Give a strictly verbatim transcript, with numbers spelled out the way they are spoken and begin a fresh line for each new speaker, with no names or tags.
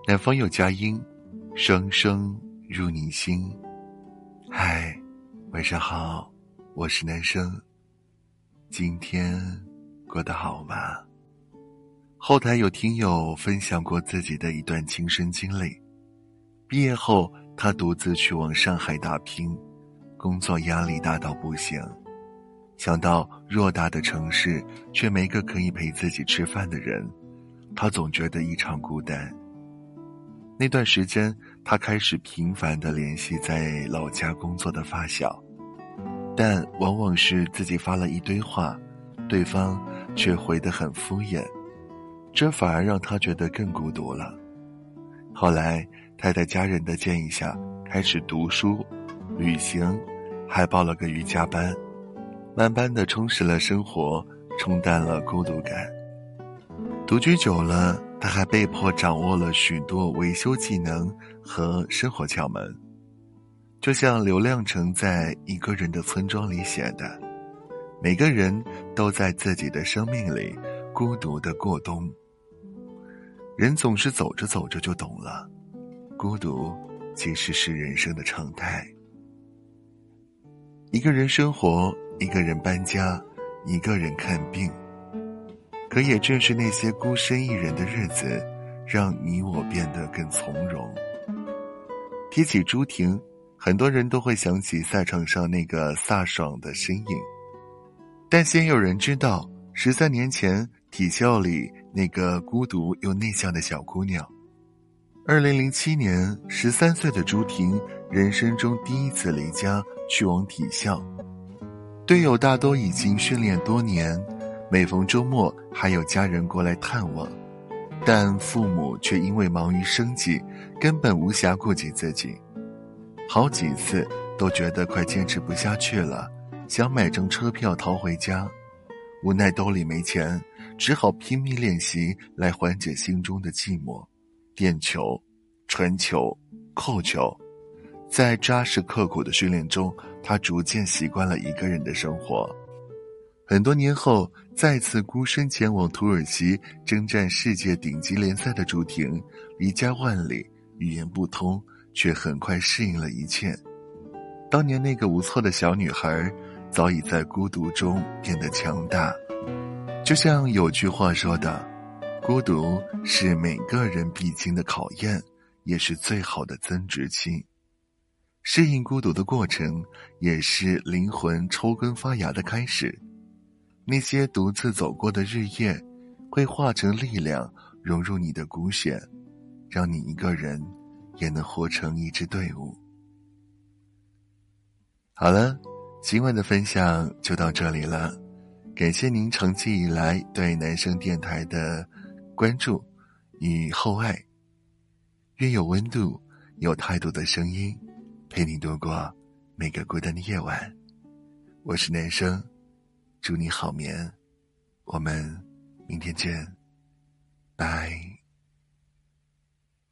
南方有佳音，声声入你心。嗨，晚上好，我是男生。今天过得好吗？后台有听友分享过自己的一段亲身经历。毕业后，他独自去往上海打拼，工作压力大到不行。想到偌大的城市却没个可以陪自己吃饭的人，他总觉得异常孤单。那段时间，他开始频繁地联系在老家工作的发小，但往往是自己发了一堆话，对方却回得很敷衍，这反而让他觉得更孤独了。后来他在家人的建议下开始读书、旅行，还报了个瑜伽班，慢慢地充实了生活，冲淡了孤独感。独居久了，他还被迫掌握了许多维修技能和生活窍门。就像刘亮程在《一个人的村庄》里写的，每个人都在自己的生命里孤独地过冬。人总是走着走着就懂了，孤独其实是人生的常态。一个人生活，一个人搬家，一个人看病。可也正是那些孤身一人的日子，让你我变得更从容。提起朱婷，很多人都会想起赛场上那个飒爽的身影，但鲜有人知道，十三年前体校里那个孤独又内向的小姑娘。二零零七年，十三岁的朱婷人生中第一次离家去往体校，队友大多已经训练多年，每逢周末还有家人过来探望，但父母却因为忙于生计，根本无暇顾及自己。好几次都觉得快坚持不下去了，想买张车票逃回家，无奈兜里没钱，只好拼命练习来缓解心中的寂寞。垫球、传球、扣球，在扎实刻苦的训练中，他逐渐习惯了一个人的生活。很多年后，再次孤身前往土耳其征战世界顶级联赛的朱婷，离家万里，语言不通，却很快适应了一切。当年那个无措的小女孩，早已在孤独中变得强大。就像有句话说的，孤独是每个人必经的考验，也是最好的增值期。适应孤独的过程，也是灵魂抽根发芽的开始。那些独自走过的日夜，会化成力量，融入你的骨血，让你一个人也能活成一支队伍。好了，今晚的分享就到这里了，感谢您长期以来对男生电台的关注与厚爱。愿有温度、有态度的声音，陪你度过每个孤单的夜晚。我是男生，祝你好眠，我们明天见，拜。